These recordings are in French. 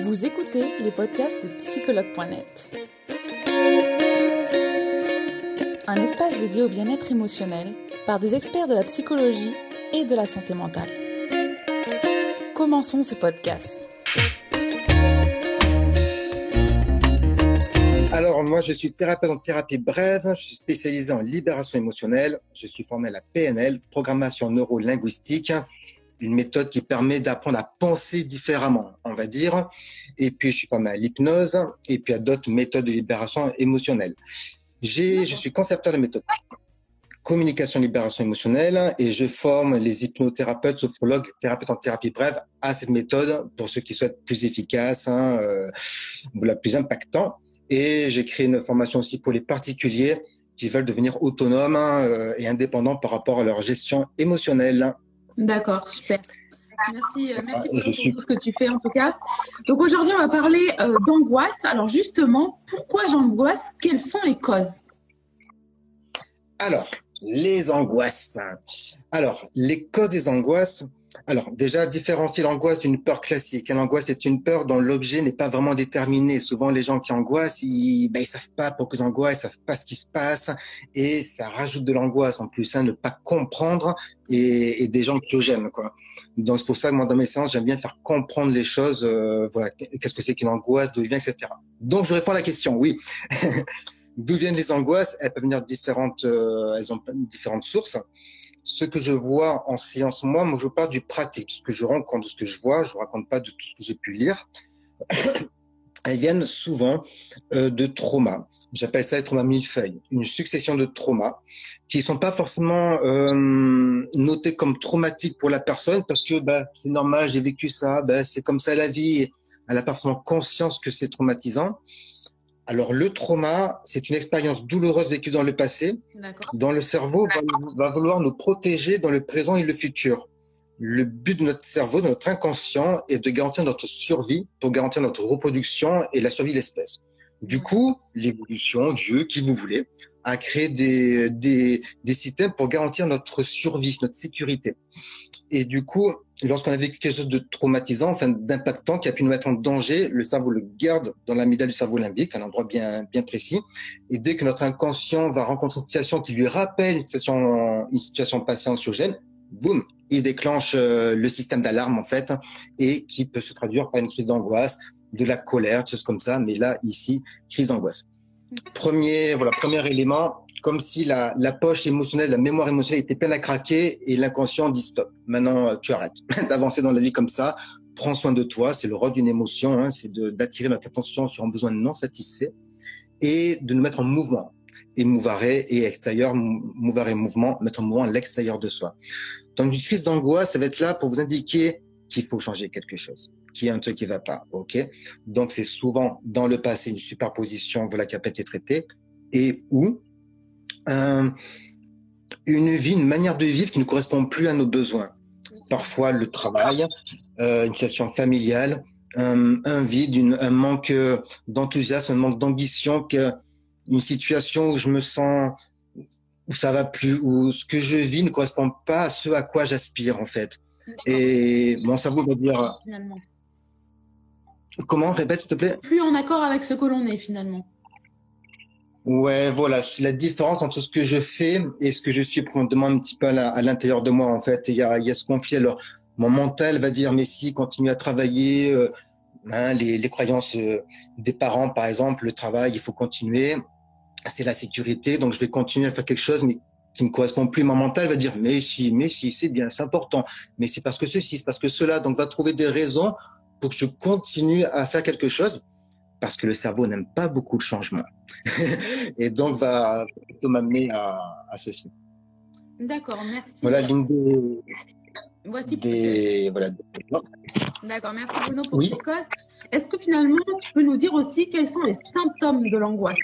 Vous écoutez les podcasts de psychologue.net. Un espace dédié au bien-être émotionnel par des experts de la psychologie et de la santé mentale. Commençons ce podcast. Alors, moi, je suis thérapeute en thérapie brève, je suis spécialisé en libération émotionnelle, je suis formé à la PNL, programmation neuro-linguistique, une méthode qui permet d'apprendre à penser différemment, on va dire. Et puis, je suis formé à l'hypnose et puis à d'autres méthodes de libération émotionnelle. Je suis concepteur de méthode communication libération émotionnelle et je forme les hypnothérapeutes, sophrologues, thérapeutes en thérapie brève à cette méthode pour ceux qui souhaitent plus efficace, ou la plus impactant. Et j'ai créé une formation aussi pour les particuliers qui veulent devenir autonomes et indépendants par rapport à leur gestion émotionnelle. D'accord, super. Merci pour tout ce que tu fais en tout cas. Donc aujourd'hui, on va parler d'angoisse. Alors justement, pourquoi j'angoisse? Quelles sont les causes? Alors, les angoisses. Alors, les causes des angoisses. Alors, déjà, différencier l'angoisse d'une peur classique. L'angoisse est une peur dont l'objet n'est pas vraiment déterminé. Souvent, les gens qui angoissent, ils savent pas pourquoi ils angoissent, ils savent pas ce qui se passe, et ça rajoute de l'angoisse en plus, ne pas comprendre et des gens que j'aime, quoi. Donc, c'est pour ça que moi, dans mes séances, j'aime bien faire comprendre les choses. Voilà, qu'est-ce que c'est qu'une angoisse, d'où il vient, etc. Donc, je réponds à la question. Oui. D'où viennent les angoisses? Elles peuvent venir elles ont différentes sources. Ce que je vois en séance, moi, je parle du pratique, de ce que je rencontre, de ce que je vois. Je ne raconte pas de tout ce que j'ai pu lire. Elles viennent souvent de traumas. J'appelle ça les traumas millefeuilles, une succession de traumas qui sont pas forcément notés comme traumatiques pour la personne parce que c'est normal, j'ai vécu ça, c'est comme ça la vie. Elle n'a pas forcément conscience que c'est traumatisant. Alors, le trauma, c'est une expérience douloureuse vécue dans le passé, dont le cerveau va vouloir nous protéger dans le présent et le futur. Le but de notre cerveau, de notre inconscient, est de garantir notre survie, pour garantir notre reproduction et la survie de l'espèce. Du coup, l'évolution, Dieu, qui vous voulez, a créé des systèmes pour garantir notre survie, notre sécurité. Et du coup, lorsqu'on a vécu quelque chose de traumatisant, enfin d'impactant, qui a pu nous mettre en danger, le cerveau le garde dans l'amygdale du cerveau limbique, un endroit bien précis. Et dès que notre inconscient va rencontrer une situation qui lui rappelle une situation passée anxiogène, boum, il déclenche le système d'alarme en fait, et qui peut se traduire par une crise d'angoisse, de la colère, des choses comme ça. Mais là, ici, crise d'angoisse. Premier élément. Comme si la poche émotionnelle, la mémoire émotionnelle était pleine à craquer et l'inconscient dit stop. Maintenant, tu arrêtes d'avancer dans la vie comme ça. Prends soin de toi. C'est le rôle d'une émotion, c'est d'attirer notre attention sur un besoin non satisfait et de nous mettre en mouvement. Et mouvaré et extérieur, mouvaré mouvement, mettre en mouvement à l'extérieur de soi. Donc, une crise d'angoisse, ça va être là pour vous indiquer qu'il faut changer quelque chose, qu'il y a un truc qui va pas, ok? Donc, c'est souvent dans le passé une superposition, qui a pas été traitée et où une manière de vivre qui ne correspond plus à nos besoins. Parfois le travail, une situation familiale, un vide, un manque d'enthousiasme, un manque d'ambition, une situation où je me sens, où ça va plus, où ce que je vis ne correspond pas à ce à quoi j'aspire en fait. Et mon cerveau va dire... Finalement. Comment? Répète s'il te plaît. Plus en accord avec ce que l'on est finalement. Ouais, voilà, c'est la différence entre ce que je fais et ce que je suis profondément un petit peu à l'intérieur de moi, en fait. Il y a ce conflit. Alors, mon mental va dire, mais si, continue à travailler, les croyances des parents, par exemple, le travail, il faut continuer, c'est la sécurité, donc je vais continuer à faire quelque chose, mais qui me correspond plus. Mon mental va dire, mais si, c'est bien, c'est important, mais c'est parce que ceci, c'est parce que cela, donc va trouver des raisons pour que je continue à faire quelque chose. Parce que le cerveau n'aime pas beaucoup le changement. Et donc, va plutôt m'amener à ceci. D'accord, merci. Voilà l'une des... Voilà. D'accord, merci Bruno pour ces causes. Est-ce que finalement, tu peux nous dire aussi quels sont les symptômes de l'angoisse?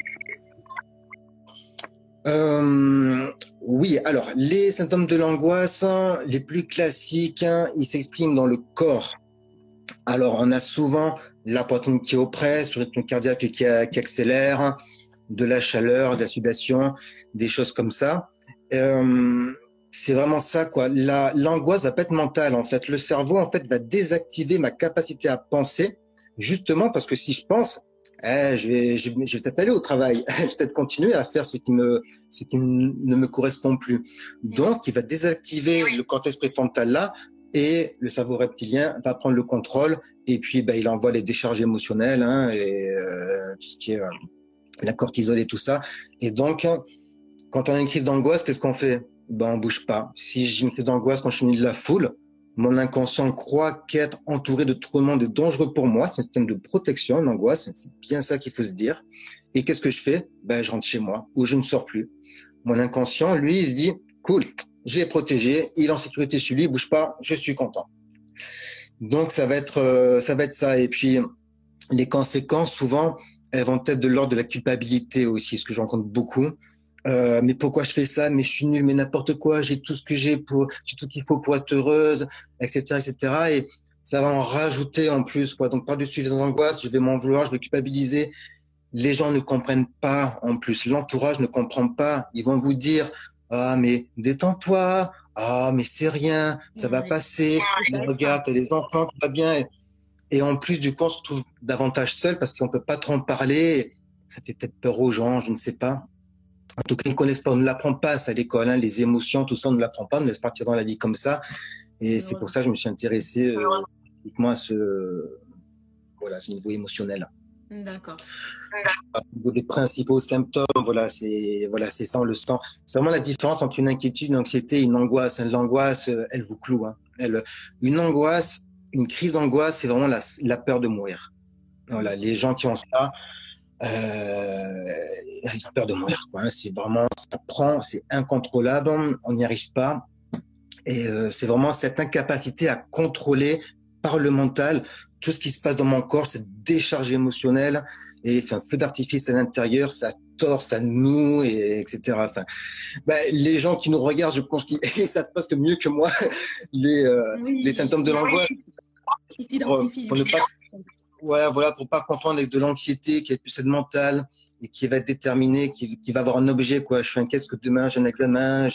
Oui, alors, les symptômes de l'angoisse, les plus classiques, ils s'expriment dans le corps. Alors, on a souvent la poitrine qui oppresse, le rythme cardiaque qui accélère, de la chaleur, de la sudation, des choses comme ça. C'est vraiment ça, quoi. L'angoisse va pas être mentale, en fait. Le cerveau, en fait, va désactiver ma capacité à penser justement parce que si je pense, je vais peut-être aller au travail, je vais peut-être continuer à faire ce qui ne me correspond plus. Donc, il va désactiver le cortex préfrontal là, et le cerveau reptilien va prendre le contrôle, et puis il envoie les décharges émotionnelles, hein, et tout ce qui est la cortisol et tout ça. Et donc, quand on a une crise d'angoisse, qu'est-ce qu'on fait? On bouge pas. Si j'ai une crise d'angoisse quand je suis au milieu de la foule, mon inconscient croit qu'être entouré de tout le monde est dangereux pour moi. C'est un système de protection, une angoisse. C'est bien ça qu'il faut se dire. Et qu'est-ce que je fais? Je rentre chez moi ou je ne sors plus. Mon inconscient, lui, il se dit, cool, j'ai protégé, il est en sécurité chez lui, il bouge pas, je suis content. Donc ça va être ça. Et puis les conséquences, souvent, elles vont être de l'ordre de la culpabilité aussi, ce que je rencontre beaucoup. Mais pourquoi je fais ça? Mais je suis nul, mais n'importe quoi. J'ai tout ce que j'ai tout qu'il faut pour être heureuse, etc., etc. Et ça va en rajouter en plus, quoi. Donc par-dessus les angoisses, je vais m'en vouloir, je vais culpabiliser. Les gens ne comprennent pas, en plus. L'entourage ne comprend pas. Ils vont vous dire, ah, mais détends-toi. Ah, mais c'est rien. Ça va passer. Mais regarde, les enfants, tout va bien. Et en plus, du coup, on se retrouve davantage seul parce qu'on peut pas trop en parler. Ça fait peut-être peur aux gens, je ne sais pas. En tout cas, ils ne connaissent pas, on ne l'apprend pas ça à l'école, hein, les émotions, tout ça, on ne l'apprend pas, on laisse partir dans la vie comme ça. Et c'est pour ça que je me suis intéressé à ce niveau émotionnel. D'accord. Au niveau des principaux symptômes, c'est ça, on le sent. C'est vraiment la différence entre une inquiétude, une anxiété et une angoisse. L'angoisse, elle vous cloue. Hein. Une angoisse, une crise d'angoisse, c'est vraiment la peur de mourir. Voilà, les gens qui ont ça, ils ont peur de mourir, quoi. C'est vraiment, ça prend, c'est incontrôlable, on n'y arrive pas. Et c'est vraiment cette incapacité à contrôler par le mental tout ce qui se passe dans mon corps, cette décharge émotionnelle, et c'est un feu d'artifice à l'intérieur, ça tord, ça noue, etc. Enfin, les gens qui nous regardent, je pense qu'ils savent presque mieux que moi les symptômes de l'angoisse. Ils s'identifient. Pour pas confondre avec de l'anxiété qui est plus mentale et qui va être déterminée, qui va avoir un objet, quoi. Je suis inquiet que demain j'ai un examen,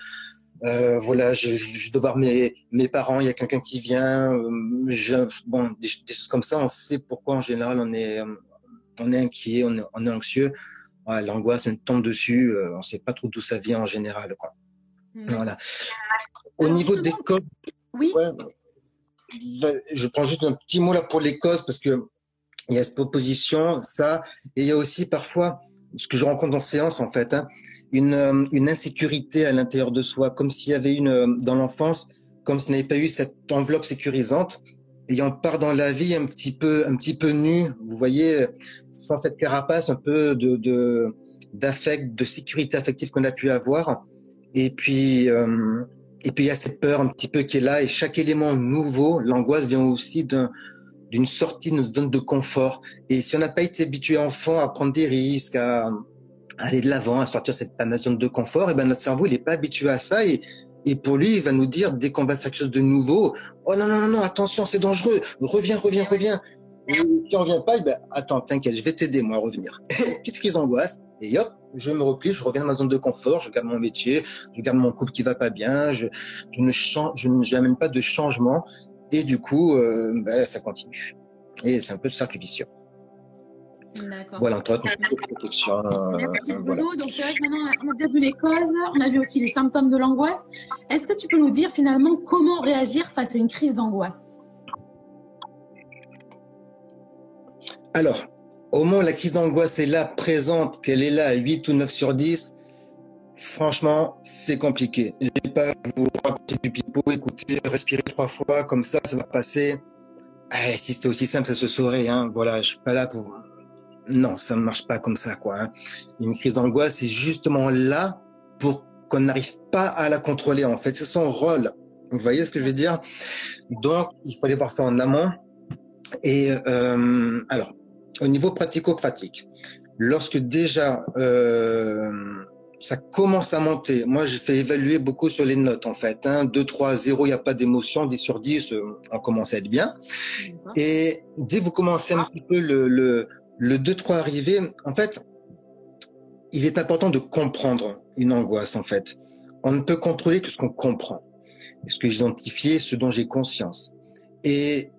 je dois voir mes parents, il y a quelqu'un qui vient, des choses comme ça. On sait pourquoi en général on est inquiet, on est anxieux. L'angoisse nous tombe dessus, on sait pas trop d'où ça vient en général, quoi. Voilà. Au niveau des causes, oui. Je prends juste un petit mot là pour les causes parce que il y a cette proposition, ça, et il y a aussi parfois ce que je rencontre en séance en fait, hein, une insécurité à l'intérieur de soi, comme s'il y avait dans l'enfance, comme s'il n'avait pas eu cette enveloppe sécurisante, et on part dans la vie un petit peu nu, vous voyez, sans cette carapace un peu d'affect, de sécurité affective qu'on a pu avoir, et puis il y a cette peur un petit peu qui est là, et chaque élément nouveau, l'angoisse vient aussi d'une sortie, nous donne de confort. Et si on n'a pas été habitué enfant à prendre des risques, à aller de l'avant, à sortir cette fameuse zone de confort, et notre cerveau, il n'est pas habitué à ça, et pour lui, il va nous dire, dès qu'on va faire quelque chose de nouveau, oh non, attention, c'est dangereux, reviens. Et si on revient pas, attends, t'inquiète, je vais t'aider, moi, à revenir. Petite crise d'angoisse, et hop, je me replie, je reviens dans ma zone de confort, je garde mon métier, je garde mon couple qui va pas bien, je n'amène pas de changement, et du coup, ça continue. Et c'est un peu cercle vicieux. D'accord. Voilà, entre autres, protection. Merci Bruno. Voilà. Donc c'est vrai que maintenant on a déjà vu les causes, on a vu aussi les symptômes de l'angoisse. Est-ce que tu peux nous dire finalement comment réagir face à une crise d'angoisse? Alors, au moment où la crise d'angoisse est là, présente, qu'elle est là à 8 ou 9 sur 10, franchement, c'est compliqué. Je ne vais pas vous raconter du pipeau, écoutez, respirer 3 fois, comme ça va passer. Si c'était aussi simple, ça se saurait. Hein. Voilà, je suis pas là pour... Non, ça ne marche pas comme ça, quoi. Hein. Une crise d'angoisse, c'est justement là pour qu'on n'arrive pas à la contrôler, en fait. C'est son rôle. Vous voyez ce que je veux dire? Donc, il faut aller voir ça en amont. Et alors, au niveau pratico-pratique, lorsque déjà ça commence à monter, moi je fais évaluer beaucoup sur les notes en fait, 2, 3, 0, il n'y a pas d'émotion, 10 sur 10, on commence à être bien. Et dès que vous commencez un petit peu le 2, 3 arrivé, en fait, il est important de comprendre une angoisse en fait. On ne peut contrôler que ce qu'on comprend, ce que j'ai identifié, ce dont j'ai conscience. Et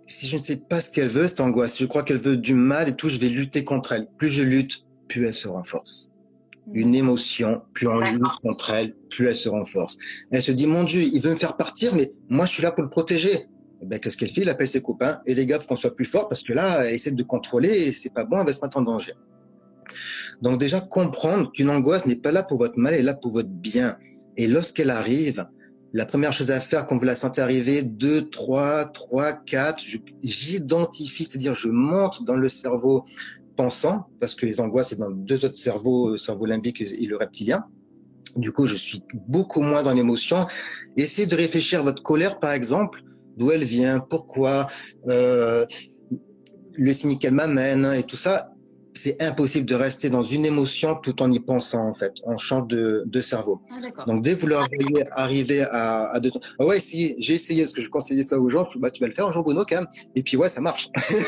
si je ne sais pas ce qu'elle veut, cette angoisse, si je crois qu'elle veut du mal et tout, je vais lutter contre elle. Plus je lutte, plus elle se renforce. Une émotion, plus on lutte contre elle, plus elle se renforce. Elle se dit, mon Dieu, il veut me faire partir, mais moi, je suis là pour le protéger. Eh ben, qu'est-ce qu'elle fait? Elle appelle ses copains et les gars, faut qu'on soit plus fort parce que là, elle essaie de contrôler et c'est pas bon, elle va se mettre en danger. Donc déjà, comprendre qu'une angoisse n'est pas là pour votre mal, elle est là pour votre bien. Et lorsqu'elle arrive, la première chose à faire quand vous la sentez arriver, 2, 3, 4, j'identifie, c'est-à-dire je monte dans le cerveau pensant, parce que les angoisses, c'est dans deux autres cerveaux, le cerveau limbique et le reptilien. Du coup, je suis beaucoup moins dans l'émotion. Essayez de réfléchir à votre colère, par exemple, d'où elle vient, pourquoi, le signe qu'elle m'amène et tout ça. C'est impossible de rester dans une émotion tout en y pensant, en fait. On change de cerveau. Donc, dès que vous leur voyez arriver à deux temps, ah ouais, si j'ai essayé, parce que je conseillais ça aux gens, bah, tu vas le faire, Jean-Bruno, quand même. Et puis, ouais, ça marche.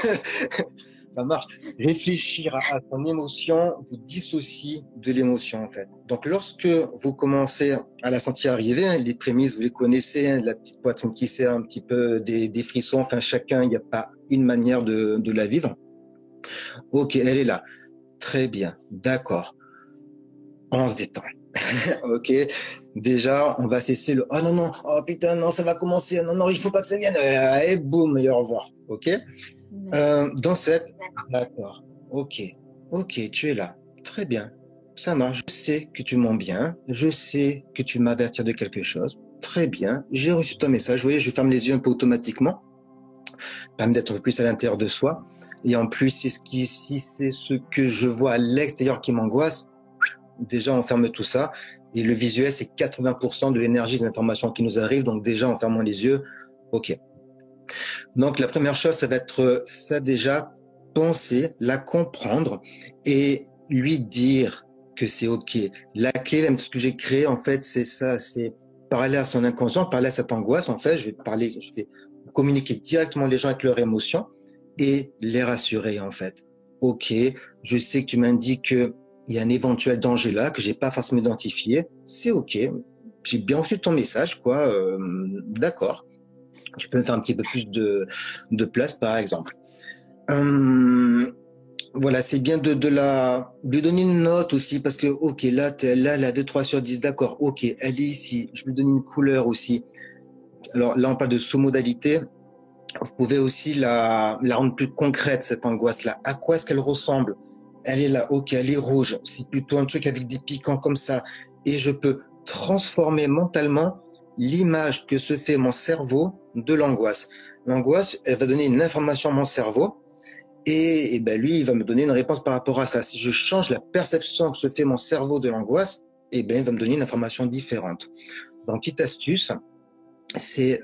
Ça marche. Réfléchir à ton émotion vous dissocie de l'émotion, en fait. Donc, lorsque vous commencez à la sentir arriver, hein, les prémices, vous les connaissez, hein, la petite poitrine qui serre un petit peu, des frissons, enfin, chacun, il n'y a pas une manière de la vivre. Ok, elle est là. Très bien, d'accord. On se détend. Ok, déjà, on va cesser le « Oh non, non, oh putain, non, ça va commencer, non, non, il faut pas que ça vienne. » Et boum, et au revoir. Ok, dans cette... D'accord, ok, tu es là. Très bien, ça marche. Je sais que tu mens bien, je sais que tu m'avertis de quelque chose. Très bien, j'ai reçu ton message. Vous voyez, je ferme les yeux un peu automatiquement. Permet d'être plus à l'intérieur de soi. Et en plus, si c'est ce que je vois à l'extérieur qui m'angoisse, déjà on ferme tout ça. Et le visuel, c'est 80% de l'énergie des informations qui nous arrivent. Donc déjà, en fermant les yeux, ok. Donc la première chose, ça va être ça déjà, penser, la comprendre et lui dire que c'est ok. La clé, ce que j'ai créé, en fait, c'est ça, c'est parler à son inconscient, parler à cette angoisse. En fait, je vais communiquer directement les gens avec leurs émotions et les rassurer, en fait. Ok, je sais que tu m'indiques qu'il y a un éventuel danger là, que j'ai pas forcément identifié. C'est ok. J'ai bien reçu ton message, quoi. D'accord. Tu peux me faire un petit peu plus de place, par exemple. Voilà, c'est bien de lui donner une note aussi, parce que, ok, là, elle a 2, 3 sur 10, d'accord, ok, elle est ici. Je lui donne une couleur aussi. Alors là, on parle de sous-modalité. Vous pouvez aussi la rendre plus concrète, cette angoisse-là. À quoi est-ce qu'elle ressemble? Elle est là, ok, elle est rouge. C'est plutôt un truc avec des piquants comme ça. Et je peux transformer mentalement l'image que se fait mon cerveau de l'angoisse. L'angoisse, elle va donner une information à mon cerveau. Et ben lui, il va me donner une réponse par rapport à ça. Si je change la perception que se fait mon cerveau de l'angoisse, et ben il va me donner une information différente. Donc, petite astuce, c'est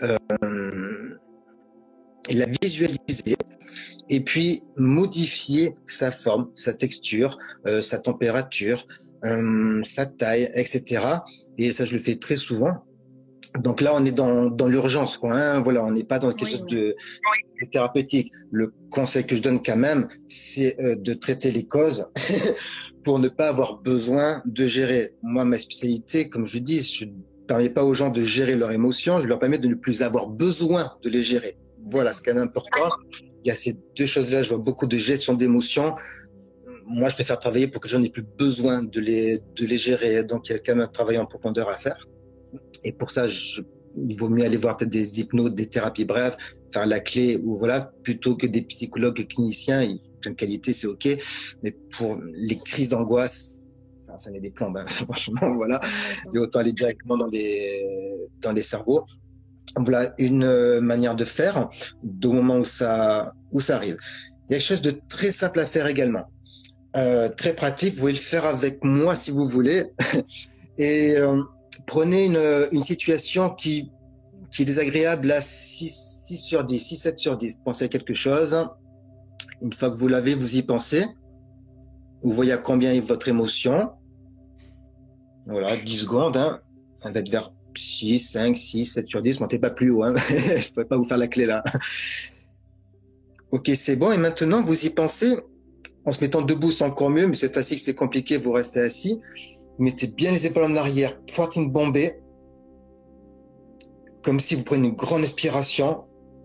la visualiser et puis modifier sa forme, sa texture, sa température, sa taille, etc. Et ça, je le fais très souvent. Donc là, on est dans l'urgence, quoi. Hein, voilà, on n'est pas dans quelque chose de thérapeutique. Le conseil que je donne quand même, c'est de traiter les causes pour ne pas avoir besoin de gérer. Moi, ma spécialité, comme je dis, je ne permets pas aux gens de gérer leurs émotions, je leur permets de ne plus avoir besoin de les gérer. Voilà, c'est quand même important. Il y a ces deux choses-là, je vois beaucoup de gestion d'émotions. Moi, je préfère travailler pour que les gens n'aient plus besoin de les gérer. Donc, il y a quand même un travail en profondeur à faire. Et pour ça, il vaut mieux aller voir peut-être des hypnos, des thérapies brèves, faire la clé, ou voilà, plutôt que des psychologues cliniciens. Ils ont plein de qualité, c'est ok. Mais pour les crises d'angoisse, ça met des plombes, hein, franchement, voilà. Et autant aller directement dans les cerveaux. Voilà une manière de faire au moment où ça arrive. Il y a quelque chose de très simple à faire également. Très pratique, vous pouvez le faire avec moi si vous voulez. Et prenez une situation qui est désagréable à 6 sur 10, 6, 7 sur 10. Pensez à quelque chose. Une fois que vous l'avez, vous y pensez. Vous voyez à combien est votre émotion. Voilà, 10 secondes. Hein. On va être vers 6, 5, 6, 7 sur 10. Montez pas plus haut. Hein. Je ne pourrais pas vous faire la clé là. Ok, c'est bon. Et maintenant, vous y pensez. En se mettant debout, c'est encore mieux. Mais c'est assis que c'est compliqué. Vous restez assis. Mettez bien les épaules en arrière, poitrine bombée, comme si vous prenez une grande inspiration.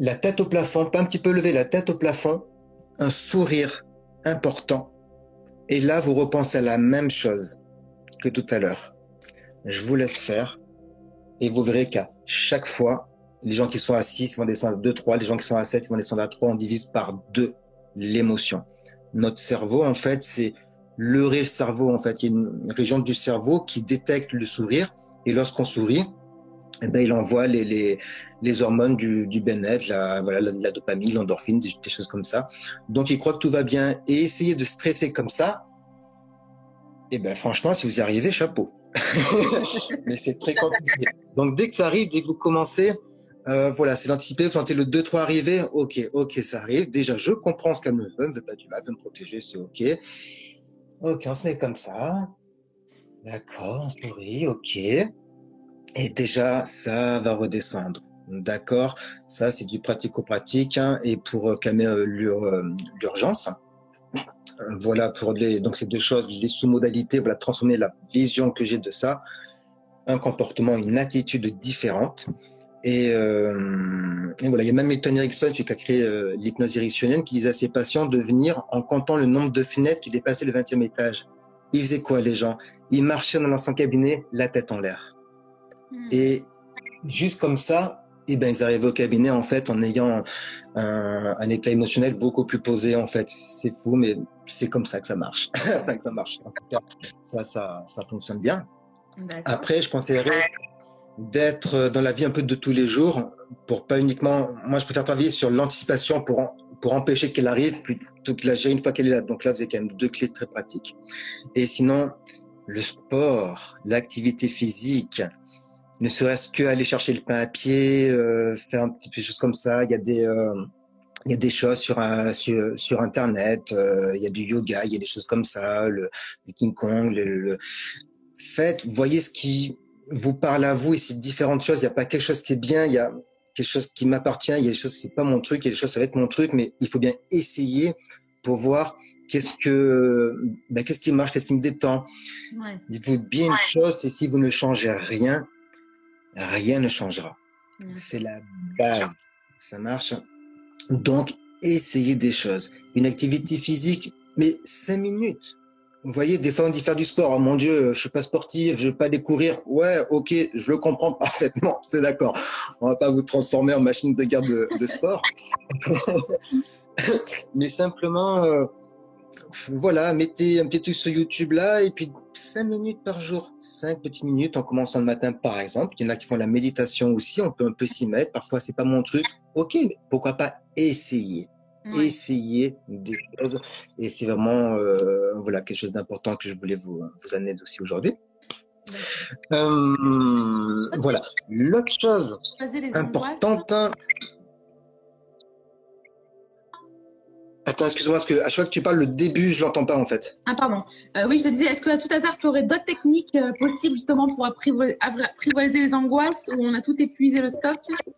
la tête au plafond, pas un petit peu lever la tête au plafond, un sourire important. Et là, vous repensez à la même chose que tout à l'heure. Je vous laisse faire et vous verrez qu'à chaque fois, les gens qui sont à 6 vont descendre à 2, 3, les gens qui sont à 7 vont descendre à 3, on divise par 2 l'émotion. Notre cerveau, en fait, c'est le cerveau, en fait. Il y a une région du cerveau qui détecte le sourire et lorsqu'on sourit, eh ben, il envoie les hormones du bien-être, la dopamine, l'endorphine, des choses comme ça. Donc, il croit que tout va bien et essayer de stresser comme ça, eh ben, franchement, si vous y arrivez, chapeau. Mais c'est très compliqué. Donc, dès que ça arrive, dès que vous commencez, voilà, c'est l'anticiper, vous sentez le 2-3 arriver, ok, ça arrive. Déjà, je comprends ce qu'elle me veut pas du mal, veut me protéger, c'est ok. Ok, on se met comme ça. D'accord, on sourit, ok. Et déjà, ça va redescendre. D'accord, ça c'est du pratico-pratique hein, et pour calmer l'urgence. Voilà pour donc ces deux choses, les sous-modalités, voilà, transformer la vision que j'ai de ça, un comportement, une attitude différente. Et voilà, il y a même Milton Erickson qui a créé l'hypnose ericksonienne qui disait à ses patients de venir en comptant le nombre de fenêtres qui dépassaient le 20e étage. Ils faisaient quoi les gens? Ils marchaient dans l'ancien cabinet, la tête en l'air. Et juste comme ça, eh ben, ils arrivent au cabinet en fait en ayant un état émotionnel beaucoup plus posé en fait. C'est fou, mais c'est comme ça que ça marche. Enfin, que ça marche. En tout cas, ça fonctionne bien. Après, je conseillerais d'être dans la vie un peu de tous les jours pour pas uniquement. Moi, je préfère travailler sur l'anticipation pour empêcher qu'elle arrive plutôt que la gérer une fois qu'elle est là. Donc là, vous avez quand même 2 clés très pratiques. Et sinon, le sport, l'activité physique. Ne serait-ce qu'aller chercher le pain à pied, faire un petit peu de choses comme ça. Il y a des choses sur Internet. Il y a du yoga, il y a des choses comme ça. Le King Kong. Faites, voyez ce qui vous parle à vous et c'est différentes choses. Il n'y a pas quelque chose qui est bien. Il y a quelque chose qui m'appartient. Il y a des choses c'est pas mon truc. Il y a des choses ça va être mon truc. Mais il faut bien essayer pour voir qu'est-ce qui marche, qu'est-ce qui me détend. Ouais. Dites-vous bien une chose et si vous ne changez rien ne changera. C'est la base. Ça marche. Donc, essayez des choses. Une activité physique, mais 5 minutes. Vous voyez, des fois, on dit faire du sport. Oh mon Dieu, je suis pas sportif, je veux pas aller courir. Ouais, ok, je le comprends parfaitement. C'est d'accord. On va pas vous transformer en machine de guerre de sport. Mais simplement, voilà, mettez un petit truc sur YouTube là et puis 5 minutes par jour, 5 petites minutes en commençant le matin par exemple. Il y en a qui font la méditation aussi, on peut un peu s'y mettre. Parfois c'est pas mon truc, ok, mais pourquoi pas essayer, essayer des choses. Et c'est vraiment voilà quelque chose d'important que je voulais vous amener aussi aujourd'hui. Voilà, l'autre chose importante. Attends, excuse-moi, parce que à chaque fois que tu parles, le début, je l'entends pas en fait. Ah, pardon. Oui, je te disais, est-ce que à tout hasard, tu aurais d'autres techniques possibles justement pour apprivoiser les angoisses où on a tout épuisé le stock?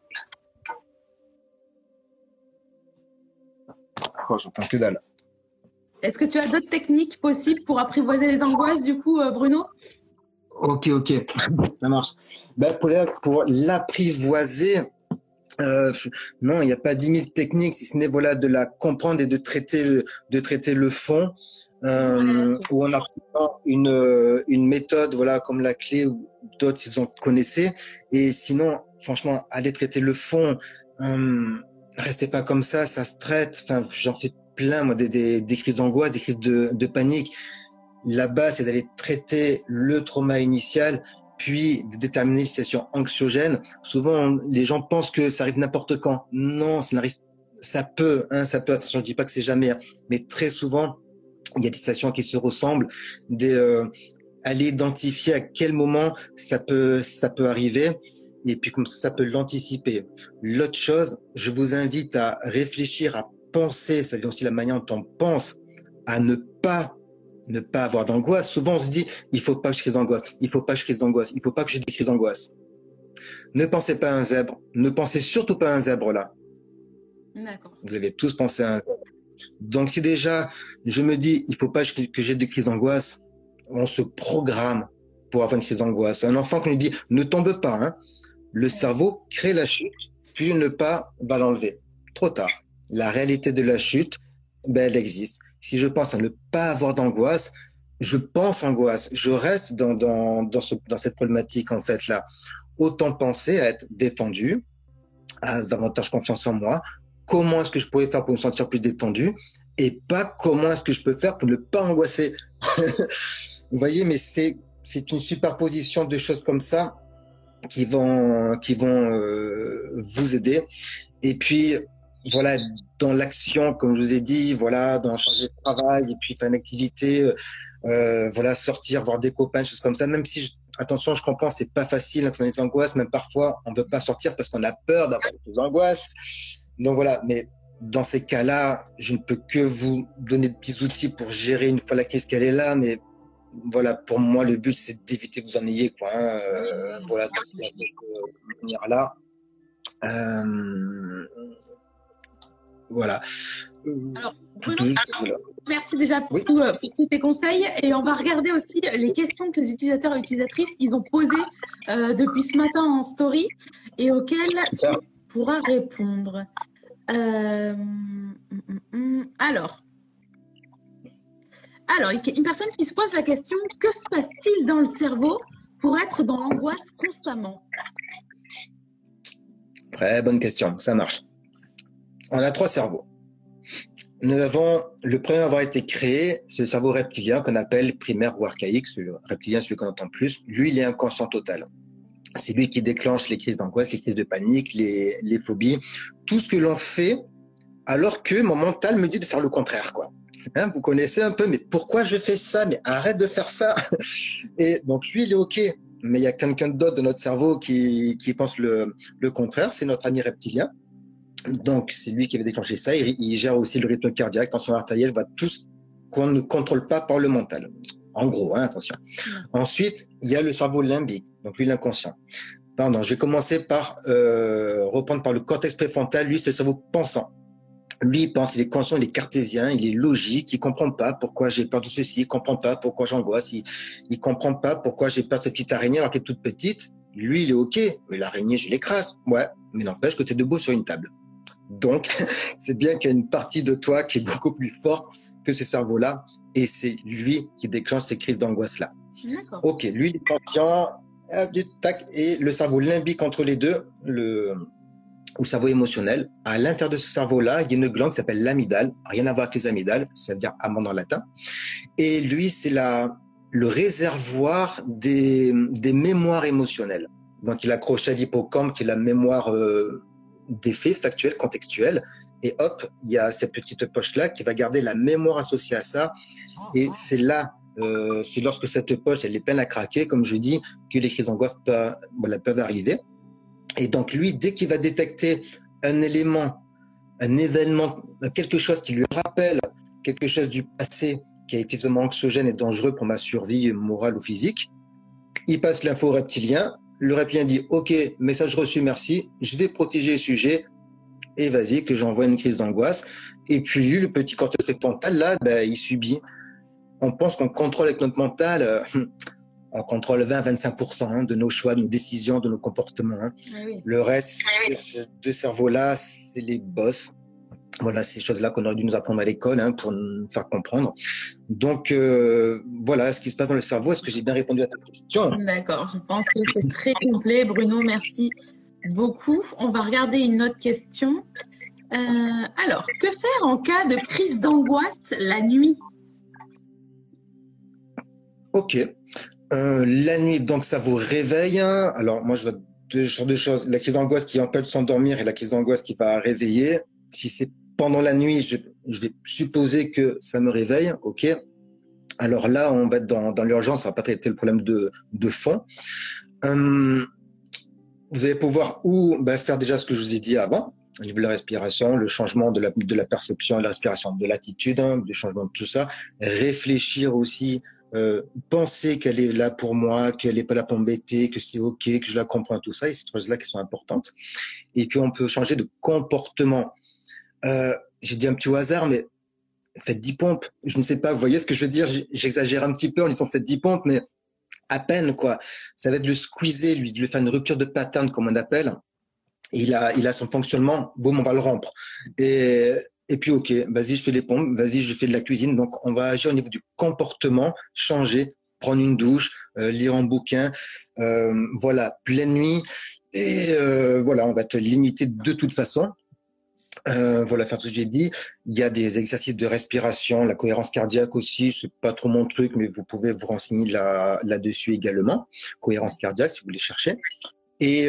Oh, j'entends que dalle. Est-ce que tu as d'autres techniques possibles pour apprivoiser les angoisses du coup, Bruno? Ok, ça marche. Bah, pour l'apprivoiser, non, il n'y a pas 10 000 techniques, si ce n'est voilà de la comprendre et de traiter le fond, où on a une méthode voilà comme la clé ou d'autres si vous en connaissez. Et sinon, franchement, allez traiter le fond. Restez pas comme ça se traite. Enfin, j'en fais plein moi des crises d'angoisse, des crises de panique. La base, c'est d'aller traiter le trauma initial. Puis de déterminer une situation anxiogène. Souvent, les gens pensent que ça arrive n'importe quand. Non, ça peut. Attention, je dis pas que c'est jamais, hein, mais très souvent, il y a des situations qui se ressemblent. Aller identifier à quel moment ça peut arriver, et puis comme ça peut l'anticiper. L'autre chose, je vous invite à réfléchir, à penser. Ça vient aussi la manière dont on pense, à ne pas avoir d'angoisse. Souvent, on se dit, il faut pas que je crise d'angoisse. Il faut pas que je crise d'angoisse. Il faut pas que j'ai des crises d'angoisse. Ne pensez pas à un zèbre. Ne pensez surtout pas à un zèbre là. D'accord. Vous avez tous pensé à un zèbre. Donc, si déjà, je me dis, il faut pas que j'ai des crises d'angoisse, on se programme pour avoir une crise d'angoisse. Un enfant qui nous dit, ne tombe pas, hein. Le cerveau crée la chute puis ne pas va l'enlever. Trop tard. La réalité de la chute, ben, elle existe. Si je pense à ne pas avoir d'angoisse, je pense angoisse. Je reste dans cette problématique, en fait, là. Autant penser à être détendu, à davantage confiance en moi. Comment est-ce que je pourrais faire pour me sentir plus détendu et pas comment est-ce que je peux faire pour ne pas angoisser. Vous voyez, mais c'est une superposition de choses comme ça qui vont vous aider. Et puis, voilà, dans l'action, comme je vous ai dit, voilà, dans changer de travail et puis faire une activité, voilà, sortir, voir des copains, choses comme ça. Même si, attention, je comprends, c'est pas facile quand on a des angoisses, même parfois, on veut pas sortir parce qu'on a peur d'avoir des angoisses. Donc voilà, mais dans ces cas-là, je ne peux que vous donner de petits outils pour gérer une fois la crise qu'elle est là, mais voilà, pour moi, le but, c'est d'éviter que vous en ayez, quoi. Hein. Voilà, donc, venir là. Voilà. Alors, Bruno, merci déjà pour tous tes conseils. Et on va regarder aussi les questions que les utilisateurs et utilisatrices ils ont posées depuis ce matin en story et auxquelles tu pourras répondre. Alors, une personne qui se pose la question, que se passe-t-il dans le cerveau pour être dans l'angoisse constamment? Très bonne question, ça marche. On a 3 cerveaux. Nous avons le premier à avoir été créé, c'est le cerveau reptilien qu'on appelle primaire ou archaïque. Le reptilien, celui qu'on entend plus. Lui, il est inconscient total. C'est lui qui déclenche les crises d'angoisse, les crises de panique, les phobies, tout ce que l'on fait, alors que mon mental me dit de faire le contraire, quoi. Hein, vous connaissez un peu, mais pourquoi je fais ça? Mais arrête de faire ça. Et donc lui, il est OK. Mais il y a quelqu'un d'autre de notre cerveau qui pense le contraire. C'est notre ami reptilien. Donc c'est lui qui avait déclenché ça. Il gère aussi le rythme cardiaque, tension artérielle, tout ce qu'on ne contrôle pas par le mental. En gros, hein, attention. Ensuite, il y a le cerveau limbique, donc lui l'inconscient. Pardon, je vais commencer par reprendre par le cortex préfrontal. Lui, c'est le cerveau pensant. Lui, il pense, il est conscient, il est cartésien, il est logique, il comprend pas pourquoi j'ai peur de ceci, il comprend pas pourquoi j'angoisse, il comprend pas pourquoi j'ai peur de cette petite araignée alors qu'elle est toute petite. Lui, il est OK, mais l'araignée, je l'écrase. Ouais, mais n'empêche que tu es debout sur une table. Donc, c'est bien qu'il y a une partie de toi qui est beaucoup plus forte que ce cerveau-là, et c'est lui qui déclenche ces crises d'angoisse-là. D'accord. OK, lui, il est conscient, tac, et le cerveau limbique entre les deux, ou cerveau émotionnel. À l'intérieur de ce cerveau-là, il y a une glande qui s'appelle l'amygdale. Rien à voir avec les amygdales, ça veut dire amande en latin. Et lui, c'est le réservoir des mémoires émotionnelles. Donc, il accroche à l'hippocampe, qui est la mémoire des faits factuels, contextuels. Et hop, il y a cette petite poche-là qui va garder la mémoire associée à ça. Et c'est là, c'est lorsque cette poche, elle est pleine à craquer, comme je dis, que les crises d'angoisse peuvent arriver. Et donc lui, dès qu'il va détecter un élément, un événement, quelque chose qui lui rappelle quelque chose du passé qui a été vraiment anxiogène et dangereux pour ma survie morale ou physique, il passe l'info au reptilien. Le reptilien dit « Ok, message reçu, merci, je vais protéger le sujet et vas-y que j'envoie une crise d'angoisse. » Et puis lui, le petit cortex préfrontal, là, il subit. On pense qu'on contrôle avec notre mental... on contrôle 20-25% de nos choix, de nos décisions, de nos comportements. Oui. Le reste, ces 2 cerveaux-là, c'est les boss. Voilà, ces choses-là qu'on aurait dû nous apprendre à l'école pour nous faire comprendre. Donc, voilà ce qui se passe dans le cerveau. Est-ce que j'ai bien répondu à ta question? D'accord, je pense que c'est très complet. Bruno, merci beaucoup. On va regarder une autre question. Alors, que faire en cas de crise d'angoisse la nuit? OK. La nuit, donc ça vous réveille. Alors moi, je vois 2 sortes de choses. La crise d'angoisse qui empêche de s'endormir et la crise d'angoisse qui va réveiller. Si c'est pendant la nuit, je vais supposer que ça me réveille. OK. Alors là, on va être dans l'urgence. Ça va pas traiter le problème de fond. Vous allez pouvoir faire déjà ce que je vous ai dit avant. Au niveau de la respiration, le changement de la perception et de la respiration, de l'attitude, le changement de tout ça. Réfléchir aussi. Penser qu'elle est là pour moi, qu'elle n'est pas là pour m'embêter, que c'est OK, que je la comprends, tout ça, et ces choses-là qui sont importantes. Et puis, on peut changer de comportement. J'ai dit un petit au hasard, mais faites 10 pompes. Je ne sais pas, vous voyez ce que je veux dire? J'exagère un petit peu en disant faites 10 pompes, mais à peine, quoi. Ça va être le squeezer, lui, de lui faire une rupture de pattern, comme on appelle. il a son fonctionnement, boum, on va le rompre. Et puis, ok, vas-y, je fais les pompes, vas-y, je fais de la cuisine. Donc, on va agir au niveau du comportement, changer, prendre une douche, lire un bouquin, voilà, pleine nuit. Et voilà, on va te limiter de toute façon. Voilà, faire ce que j'ai dit. Il y a des exercices de respiration, la cohérence cardiaque aussi, c'est pas trop mon truc, mais vous pouvez vous renseigner là-dessus également. Cohérence cardiaque, si vous voulez chercher. Et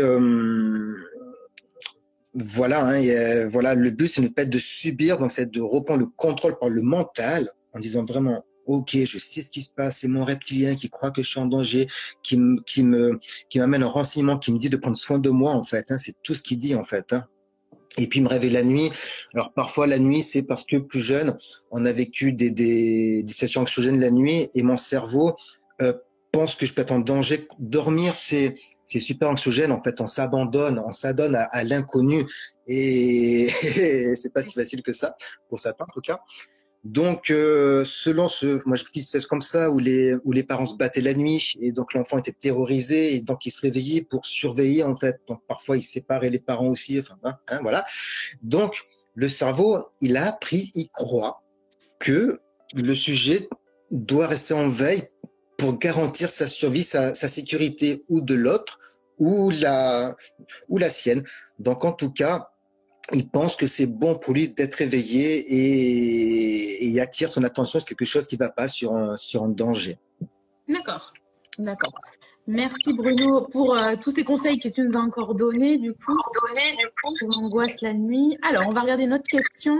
voilà, hein, voilà, le but, c'est ne pas être de subir, donc c'est de reprendre le contrôle par le mental, en disant vraiment, ok, je sais ce qui se passe, c'est mon reptilien qui croit que je suis en danger, qui m'amène un renseignement, qui me dit de prendre soin de moi, en fait, hein, c'est tout ce qu'il dit, en fait, hein. Et puis me réveiller la nuit. Alors parfois la nuit, c'est parce que plus jeune, on a vécu des situations anxiogènes la nuit et mon cerveau pense que je peux être en danger. Dormir, c'est super anxiogène. En fait, on s'abandonne, on s'adonne à l'inconnu et c'est pas si facile que ça pour certains en tout cas. Donc, selon moi je vis c'est comme ça où les parents se battaient la nuit et donc l'enfant était terrorisé et donc il se réveillait pour surveiller en fait. Donc parfois il séparait les parents aussi. Enfin, hein, voilà. Donc le cerveau, il a appris, il croit que le sujet doit rester en veille pour garantir sa survie, sa sécurité ou de l'autre ou la sienne. Donc en tout cas, il pense que c'est bon pour lui d'être réveillé et il attire son attention sur quelque chose qui ne va pas, sur un danger. D'accord, d'accord. Merci Bruno pour tous ces conseils que tu nous as encore donnés du coup. Pour l'angoisse la nuit. Alors, on va regarder une autre question.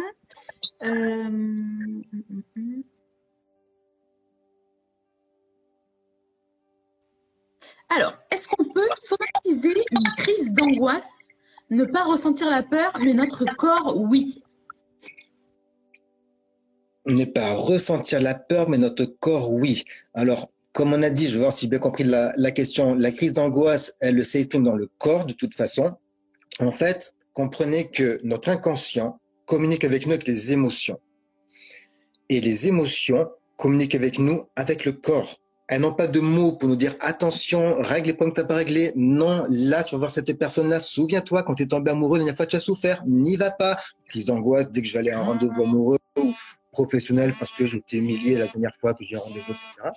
Alors, est-ce qu'on peut somatiser une crise d'angoisse? Ne pas ressentir la peur, mais notre corps, oui. Ne pas ressentir la peur, mais notre corps, oui. Alors, comme on a dit, je vais voir si j'ai bien compris la question, la crise d'angoisse, elle s'exprime dans le corps de toute façon. En fait, comprenez que notre inconscient communique avec nous avec les émotions. Et les émotions communiquent avec nous avec le corps. Elles n'ont pas de mots pour nous dire attention, règle les problèmes que tu n'as pas réglés. Non, là, tu vas voir cette personne-là. Souviens-toi, quand tu es tombé amoureux la dernière fois, tu as souffert. N'y va pas. Crise d'angoisse dès que je vais aller à un rendez-vous amoureux ou professionnel parce que je t'ai humilié la dernière fois que j'ai un rendez-vous,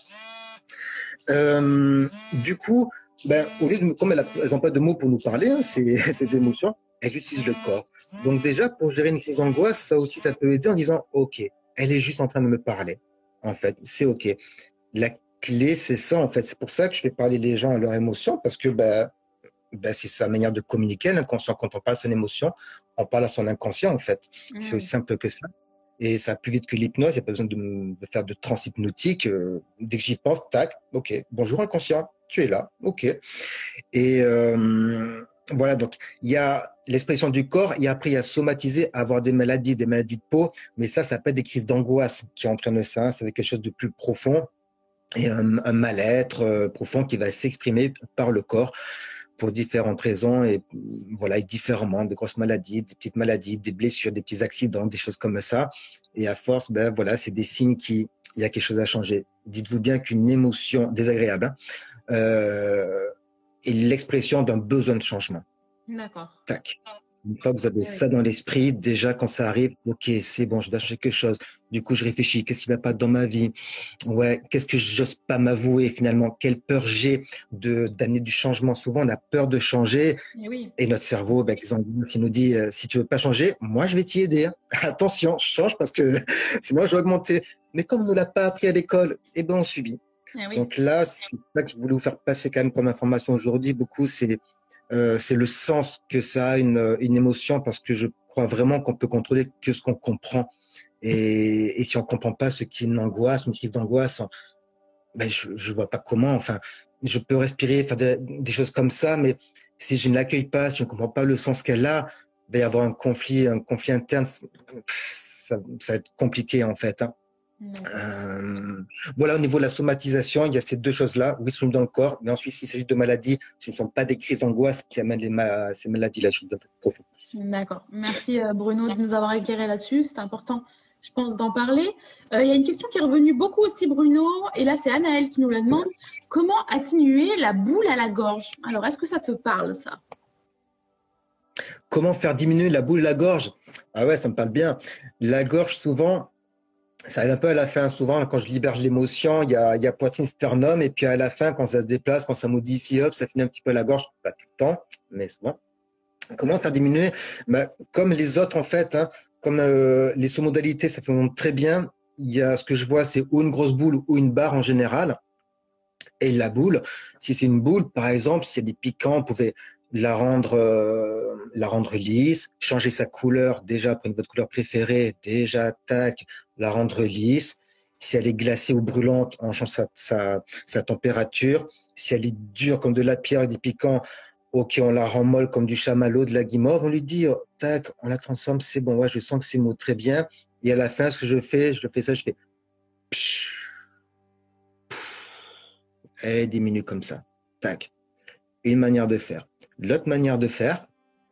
etc. Du coup, au lieu de, comme elles n'ont pas de mots pour nous parler, hein, ces émotions, elles utilisent le corps. Donc déjà, pour gérer une crise d'angoisse, ça aussi, ça peut aider en disant, ok, elle est juste en train de me parler. En fait, c'est ok. La clé, c'est ça, en fait. C'est pour ça que je fais parler les gens à leurs émotions, parce que c'est sa manière de communiquer, l'inconscient. Quand on parle à son émotion, on parle à son inconscient, en fait. C'est aussi simple que ça. Et ça va plus vite que l'hypnose. Il n'y a pas besoin de faire de trans hypnotique. Dès que j'y pense, tac, ok. Bonjour inconscient, tu es là, ok. Et voilà, donc il y a l'expression du corps, et après il y a somatiser, avoir des maladies de peau, mais ça peut être des crises d'angoisse qui entraînent ça. C'est quelque chose de plus profond et un mal-être profond qui va s'exprimer par le corps pour différentes raisons et voilà, et différemment, de grosses maladies, des petites maladies, des blessures, des petits accidents, des choses comme ça. Et à force, voilà, c'est des signes qu'il y a quelque chose à changer. Dites-vous bien qu'une émotion désagréable est l'expression d'un besoin de changement. D'accord. Tac. Une fois que vous avez ça dans l'esprit, déjà quand ça arrive, ok, c'est bon, je dois changer quelque chose. Du coup, je réfléchis, qu'est-ce qui va pas dans ma vie? Ouais, qu'est-ce que j'ose pas m'avouer finalement? Quelle peur j'ai d'amener du changement? Souvent, on a peur de changer. Et notre cerveau, il nous dit, si tu veux pas changer, moi, je vais t'y aider. Attention, change parce que sinon, je vais augmenter. Mais comme on ne l'a pas appris à l'école, on subit. Donc là, c'est ça que je voulais vous faire passer quand même comme information aujourd'hui. Beaucoup, c'est le sens que ça a une émotion, parce que je crois vraiment qu'on peut contrôler que ce qu'on comprend. Et si on comprend pas ce qui est une angoisse, une crise d'angoisse, je vois pas comment. Enfin, je peux respirer, faire des choses comme ça, mais si je ne l'accueille pas, si je ne comprends pas le sens qu'elle a, il va y avoir un conflit interne. Ça va être compliqué en fait. Hein. Voilà, au niveau de la somatisation, il y a ces deux choses-là, oui, c'est dans le corps, mais ensuite, s'il s'agit de maladies, ce ne sont pas des crises d'angoisse qui amènent ces maladies-là, je suis profond. D'accord. Merci Bruno de nous avoir éclairé là-dessus, c'est important, je pense, d'en parler. Il y a une question qui est revenue beaucoup aussi, Bruno, et là, c'est Anaëlle qui nous la demande. Comment atténuer la boule à la gorge? Alors, est-ce que ça te parle, ça? comment faire diminuer la boule de la gorge? Ah ouais, ça me parle bien. La gorge, souvent, ça arrive un peu à la fin. Souvent, quand je libère l'émotion, il y a poitrine, sternum, et puis à la fin, quand ça se déplace, quand ça modifie, hop, ça finit un petit peu la gorge. Pas tout le temps, mais souvent. Comment faire diminuer? Bah, comme les autres, en fait, hein, comme les sous-modalités, ça fonctionne très bien. Il y a ce que je vois, c'est ou une grosse boule ou une barre en général. Et la boule, si c'est une boule, par exemple, s'il y a des piquants, vous pouvez la rendre lisse, changer sa couleur, déjà, prenez votre couleur préférée, déjà, tac, la rendre lisse. Si elle est glacée ou brûlante, on change sa température. Si elle est dure comme de la pierre et des piquants, ok, on la rend molle comme du chamallow, de la guimauve. On lui dit, oh, tac, on la transforme, c'est bon, ouais, je sens que c'est mou, très bien. Et à la fin, ce que je fais ça, je fais psh, et diminue comme ça. Tac. Une manière de faire. L'autre manière de faire,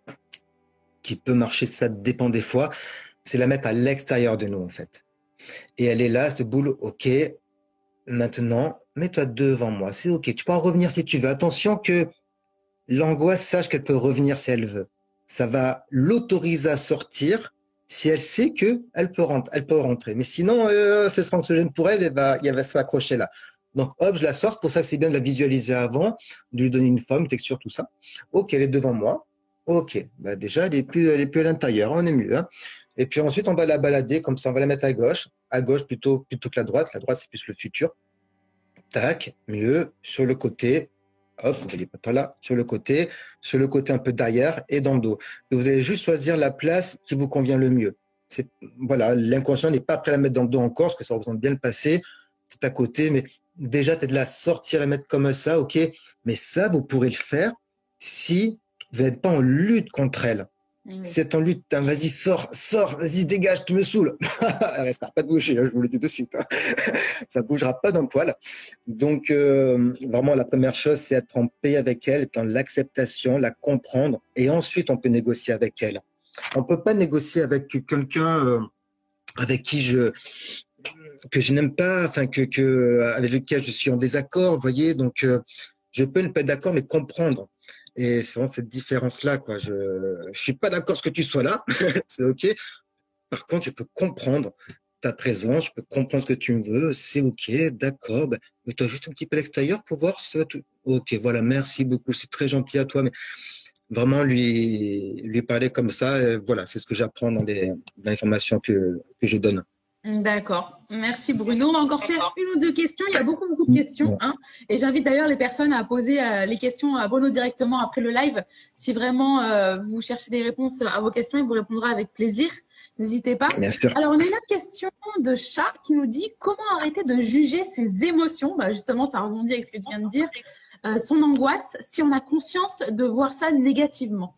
qui peut marcher, ça dépend des fois, c'est la mettre à l'extérieur de nous, en fait. Et elle est là, cette boule, ok, maintenant, mets-toi devant moi, c'est ok, tu peux en revenir si tu veux. Attention que l'angoisse sache qu'elle peut revenir si elle veut. Ça va l'autoriser à sortir si elle sait qu'elle peut rentrer. Mais sinon, ce sera anxiogène pour elle, elle va s'accrocher là. Donc, hop, je la sors. C'est pour ça que c'est bien de la visualiser avant, de lui donner une forme, une texture, tout ça. Ok, elle est devant moi. Ok, bah déjà, elle est plus à l'intérieur. On est mieux. Hein. Et puis ensuite, on va la balader comme ça. On va la mettre à gauche plutôt que la droite. La droite, c'est plus le futur. Tac, mieux. Sur le côté. Hop, on va les pas là. Sur le côté un peu derrière et dans le dos. Et vous allez juste choisir la place qui vous convient le mieux. Voilà, l'inconscient n'est pas prêt à la mettre dans le dos encore, parce que ça représente bien le passé. C'est à côté, mais déjà, tu es de la sortir, la mettre comme ça, ok. Mais ça, vous pourrez le faire si vous n'êtes pas en lutte contre elle. Oui. Si c'est en lutte, vas-y, sors, vas-y, dégage, tu me saoules. Elle restera pas de bouger, hein, je vous le dis de suite. Hein. Ça bougera pas d'un poil. Donc, vraiment, la première chose, c'est être en paix avec elle, être dans l'acceptation, la comprendre, et ensuite, on peut négocier avec elle. On peut pas négocier avec quelqu'un avec qui que je n'aime pas, enfin avec lequel je suis en désaccord, vous voyez. Donc, je peux ne pas être d'accord, mais comprendre. Et c'est vraiment cette différence-là, quoi. Je suis pas d'accord ce que tu sois là, c'est ok. Par contre, je peux comprendre ta présence, je peux comprendre ce que tu me veux, c'est ok, d'accord. Ben, mais toi juste un petit peu à l'extérieur pour voir si ça va tout. Ok, voilà, merci beaucoup, c'est très gentil à toi, mais vraiment lui parler comme ça, voilà, c'est ce que j'apprends dans les formations que je donne. D'accord. Merci Bruno. On va encore faire une ou deux questions. Il y a beaucoup de questions. Hein, et j'invite d'ailleurs les personnes à poser les questions à Bruno directement après le live. Si vraiment vous cherchez des réponses à vos questions, il vous répondra avec plaisir. N'hésitez pas. Bien sûr. Alors, on a une autre question de Chat qui nous dit « Comment arrêter de juger ses émotions ?» Bah, justement, ça rebondit avec ce que tu viens de dire. Son angoisse, si on a conscience de voir ça négativement.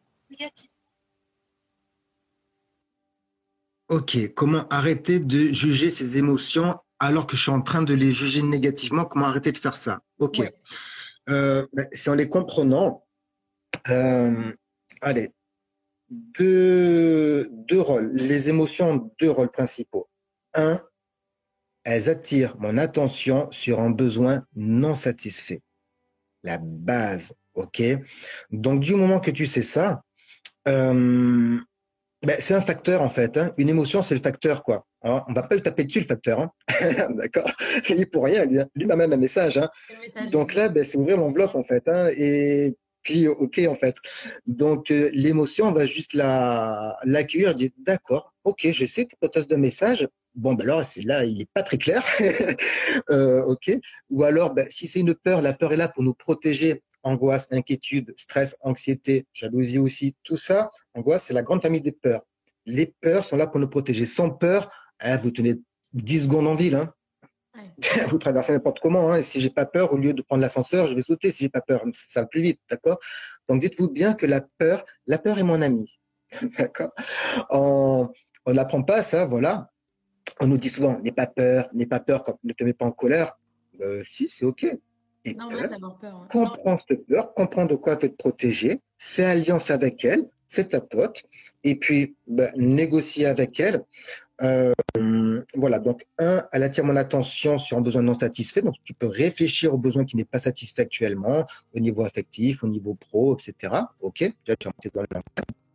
Ok, comment arrêter de juger ses émotions alors que je suis en train de les juger négativement? Comment arrêter de faire ça? Ok. Ouais. C'est en les comprenant. Allez, deux rôles. Les émotions ont deux rôles principaux. Un, elles attirent mon attention sur un besoin non satisfait. La base, ok? Donc, du moment que tu sais ça, c'est un facteur en fait. Hein. Une émotion, c'est le facteur quoi. Alors, on va pas le taper dessus le facteur. Hein. D'accord. Il est pour rien. Lui m'a même un message. Hein. Donc là, c'est ouvrir l'enveloppe en fait. Hein. Et puis ok en fait. Donc l'émotion, on va juste l'accueillir, dire d'accord, ok, je sais que tu potasses de message. Bon, alors là, il est pas très clair. Ok. Ou alors, si c'est une peur, la peur est là pour nous protéger. Angoisse, inquiétude, stress, anxiété, jalousie aussi, tout ça, angoisse, c'est la grande famille des peurs. Les peurs sont là pour nous protéger. Sans peur, vous tenez 10 secondes en ville. Hein. Ouais. Vous traversez n'importe comment. Hein. Et si j'ai pas peur, au lieu de prendre l'ascenseur, je vais sauter si j'ai pas peur. Ça va plus vite, d'accord? Donc dites-vous bien que la peur est mon ami. D'accord? On n'apprend pas ça, voilà. On nous dit souvent, n'aie pas peur quand ne te mets pas en colère. Si, c'est ok. Et non, peur, comprends cette peur, comprends de quoi peut te protéger, fais alliance avec elle, c'est ta pote, et puis négocie avec elle. Voilà, donc elle attire mon attention sur un besoin non satisfait, donc tu peux réfléchir au besoin qui n'est pas satisfait actuellement, au niveau affectif, au niveau pro, etc. Ok, déjà tu es dans le langage.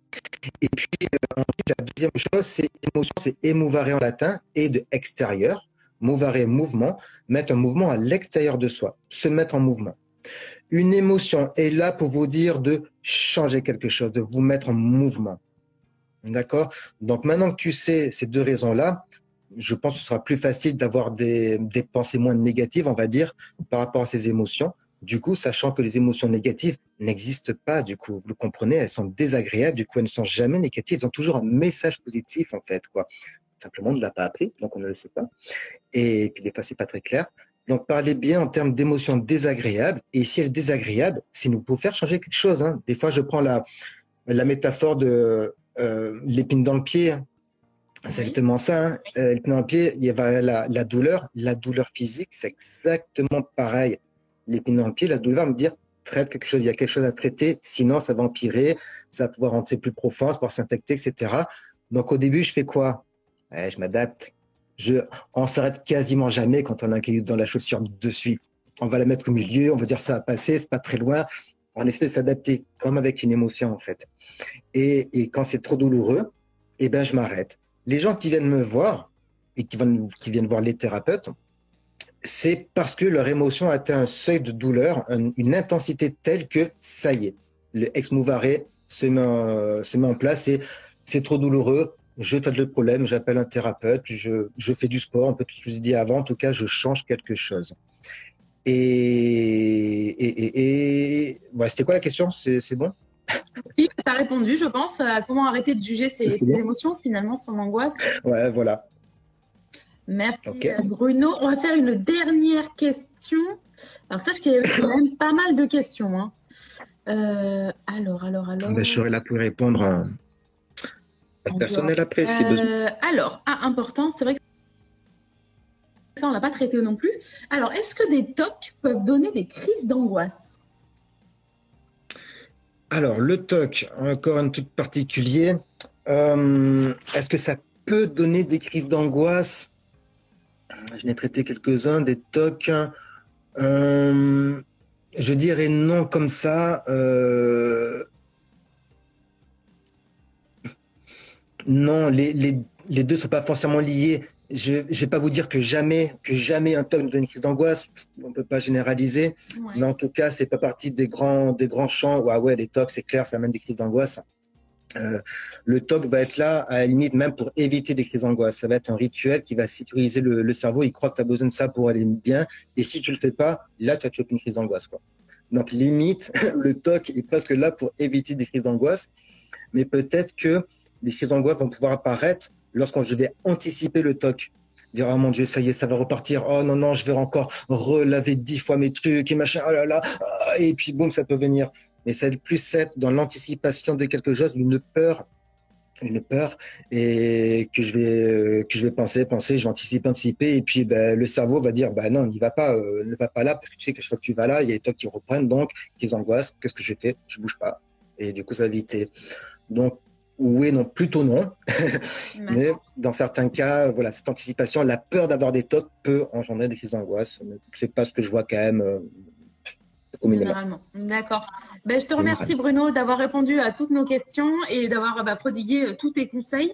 Et puis, ensuite, la deuxième chose, c'est émotion, c'est emovare en latin, et de extérieur, movare, mouvement, mettre un mouvement à l'extérieur de soi, se mettre en mouvement. Une émotion est là pour vous dire de changer quelque chose, de vous mettre en mouvement. D'accord? Donc, maintenant que tu sais ces deux raisons-là, je pense que ce sera plus facile d'avoir des pensées moins négatives, on va dire, par rapport à ces émotions. Du coup, sachant que les émotions négatives n'existent pas, du coup, vous le comprenez, elles sont désagréables, du coup, elles ne sont jamais négatives, elles ont toujours un message positif, en fait, quoi. Simplement, on ne l'a pas appris, donc on ne le sait pas. Et puis, des fois, c'est pas très clair. Donc, parlez bien en termes d'émotions désagréables. Et si elle est désagréable, c'est nous pour faire changer quelque chose, hein. Des fois, je prends la métaphore de l'épine dans le pied, hein. C'est exactement ça, hein. L'épine dans le pied, il y a la douleur physique, c'est exactement pareil. L'épine dans le pied, la douleur va me dire traite quelque chose, il y a quelque chose à traiter, sinon ça va empirer, ça va pouvoir rentrer plus profond, ça va pouvoir s'infecter, etc. Donc au début, je fais quoi? Je m'adapte. On s'arrête quasiment jamais quand on a un caillou dans la chaussure de suite. On va la mettre au milieu, on va dire ça va passer, c'est pas très loin. On essaie de s'adapter, comme avec une émotion en fait. Et quand c'est trop douloureux, eh ben je m'arrête. Les gens qui viennent me voir et qui viennent voir les thérapeutes, c'est parce que leur émotion a atteint un seuil de douleur, une intensité telle que ça y est, le ex movare se met en place et c'est trop douloureux, je traite le problème, j'appelle un thérapeute, je fais du sport, un peu tout ce que je vous ai dit avant, en tout cas, je change quelque chose. Ouais, c'était quoi la question? C'est bon? Oui, tu as répondu, je pense, à comment arrêter de juger ses émotions, finalement, son angoisse. Ouais, voilà. Merci Bruno. On va faire une dernière question. Alors sache qu'il y a quand même pas mal de questions, hein. Alors. Ben, je serai là pour répondre à personnel après si besoin. Alors, important, c'est vrai que ça on l'a pas traité non plus. Alors, est-ce que des TOC peuvent donner des crises d'angoisse? Alors, le TOC, encore un truc particulier. Est-ce que ça peut donner des crises d'angoisse? Je n'ai traité quelques-uns des TOC. Je dirais non comme ça. Non, les deux ne sont pas forcément liés. Je ne vais pas vous dire que jamais un TOC nous donne une crise d'angoisse. On ne peut pas généraliser. Ouais. Mais en tout cas, ce n'est pas partie des grands champs. Ouais, les TOC, c'est clair, ça amène des crises d'angoisse. Le TOC va être là, à la limite, même pour éviter des crises d'angoisse. Ça va être un rituel qui va sécuriser le cerveau. Il croit que tu as besoin de ça pour aller bien. Et si tu ne le fais pas, là, tu as chopé une crise d'angoisse, quoi. Donc, limite, le TOC est presque là pour éviter des crises d'angoisse. Mais peut-être que des crises d'angoisse vont pouvoir apparaître lorsque je vais anticiper le TOC. Dire, oh mon Dieu, ça y est, ça va repartir. Oh non, je vais encore relaver 10 fois mes trucs et machin. Oh là là. Et puis, boum, ça peut venir. Mais c'est plus être dans l'anticipation de quelque chose, une peur, et que je vais penser, je vais anticiper, et puis le cerveau va dire, non, n'y va pas, ne va pas là, parce que tu sais que chaque fois que tu vas là, il y a les TOC qui reprennent, donc qui angoissent. Qu'est-ce que je fais? Je bouge pas, et du coup ça va éviter. Donc oui, non, plutôt non. Mais dans certains cas, voilà, cette anticipation, la peur d'avoir des TOC peut engendrer des crises d'angoisse. C'est pas ce que je vois quand même. Généralement. D'accord. Je te remercie Bruno d'avoir répondu à toutes nos questions et d'avoir prodigué tous tes conseils.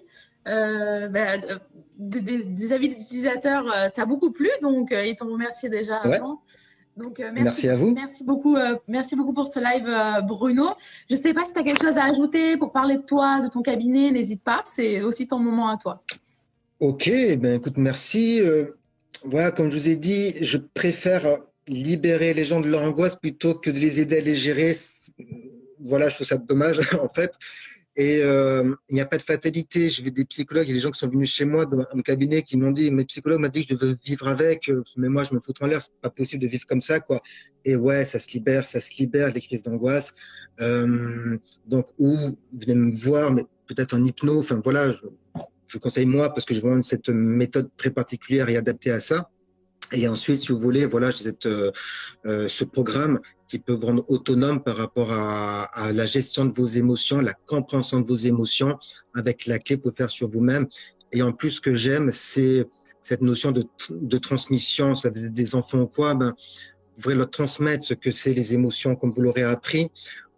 Des avis des utilisateurs, tu as beaucoup plu, donc ils t'ont remercié déjà avant. Donc, merci à vous. Merci beaucoup pour ce live, Bruno. Je ne sais pas si tu as quelque chose à ajouter pour parler de toi, de ton cabinet, n'hésite pas, c'est aussi ton moment à toi. Ok, écoute, merci. Voilà, comme je vous ai dit, je préfère libérer les gens de leur angoisse plutôt que de les aider à les gérer. Voilà, je trouve ça dommage en fait. Et il n'y a pas de fatalité. J'ai vu des psychologues, il y a des gens qui sont venus chez moi dans mon cabinet qui m'ont dit, mes psychologues m'ont dit que je devais vivre avec, mais moi je me fous en l'air, c'est pas possible de vivre comme ça, quoi. Et ouais, ça se libère les crises d'angoisse. Donc venez me voir, mais peut-être en hypno. Enfin voilà, je conseille moi parce que je vois cette méthode très particulière et adaptée à ça. Et ensuite, si vous voulez, voilà, j'ai ce programme qui peut vous rendre autonome par rapport à la gestion de vos émotions, la compréhension de vos émotions, avec la clé pour faire sur vous-même. Et en plus, ce que j'aime, c'est cette notion de transmission. Ça faisait des enfants ou quoi, vous pourrez leur transmettre ce que c'est les émotions, comme vous l'aurez appris. Vous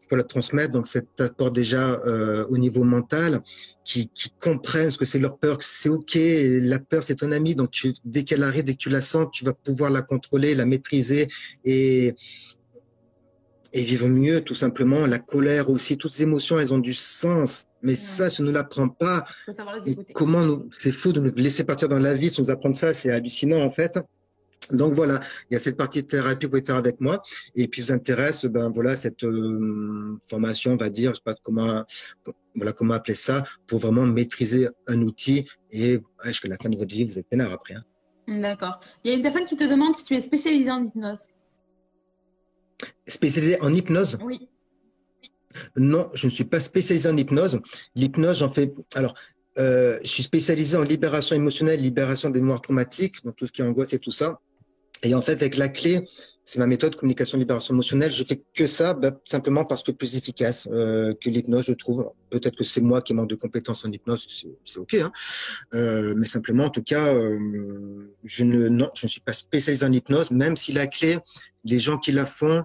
pour la transmettre. Donc, cet apport déjà au niveau mental, qui comprennent ce que c'est leur peur, que c'est OK. La peur, c'est ton ami. Donc, dès qu'elle arrive, dès que tu la sens, tu vas pouvoir la contrôler, la maîtriser et vivre mieux, tout simplement. La colère aussi, toutes ces émotions, elles ont du sens. Mais ça, si on ne l'apprend pas, c'est fou de nous laisser partir dans la vie sans nous apprendre ça, c'est hallucinant en fait. Donc voilà, il y a cette partie de thérapie que vous pouvez faire avec moi. Et puis vous intéresse, cette formation, on va dire, je sais pas comment appeler ça, pour vraiment maîtriser un outil et jusqu'à la fin de votre vie, vous êtes peinard après. Hein. D'accord. Il y a une personne qui te demande si tu es spécialisée en hypnose. Spécialisée en hypnose? Oui. Non, je ne suis pas spécialisé en hypnose. L'hypnose, j'en fais. Alors, je suis spécialisé en libération émotionnelle, libération des mémoires traumatiques, donc tout ce qui est angoisse et tout ça. Et en fait, avec la clé, c'est ma méthode communication libération émotionnelle. Je fais que ça, simplement parce que plus efficace que l'hypnose, je trouve. Peut-être que c'est moi qui manque de compétences en hypnose, c'est OK. Hein. Mais simplement, en tout cas, je ne suis pas spécialisé en hypnose, même si la clé, les gens qui la font,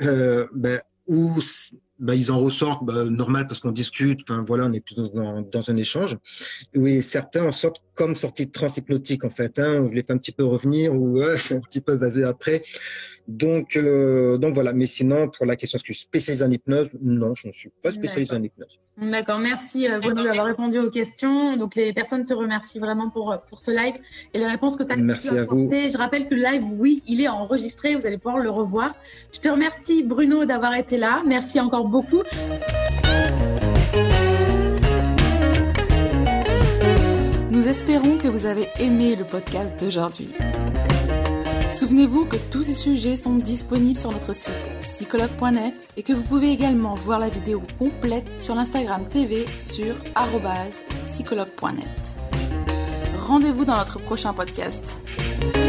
ils en ressortent normal parce qu'on discute, on est plus dans un échange. Oui, certains en sortent comme sortie de transe hypnotique en fait, hein, on les fait un petit peu revenir ou c'est un petit peu vasé après. Donc voilà, mais sinon pour la question est-ce que je suis spécialisé en hypnose, non, je ne suis pas spécialisé en hypnose. D'accord, merci Bruno d'avoir répondu aux questions. Donc les personnes te remercient vraiment pour ce live et les réponses que tu as Merci à vous. Je rappelle que le live, oui, il est enregistré, vous allez pouvoir le revoir. Je te remercie Bruno d'avoir été là, merci encore beaucoup. Nous espérons que vous avez aimé le podcast d'aujourd'hui. Souvenez-vous que tous ces sujets sont disponibles sur notre site psychologue.net et que vous pouvez également voir la vidéo complète sur l'Instagram TV sur @psychologue.net. Rendez-vous dans notre prochain podcast.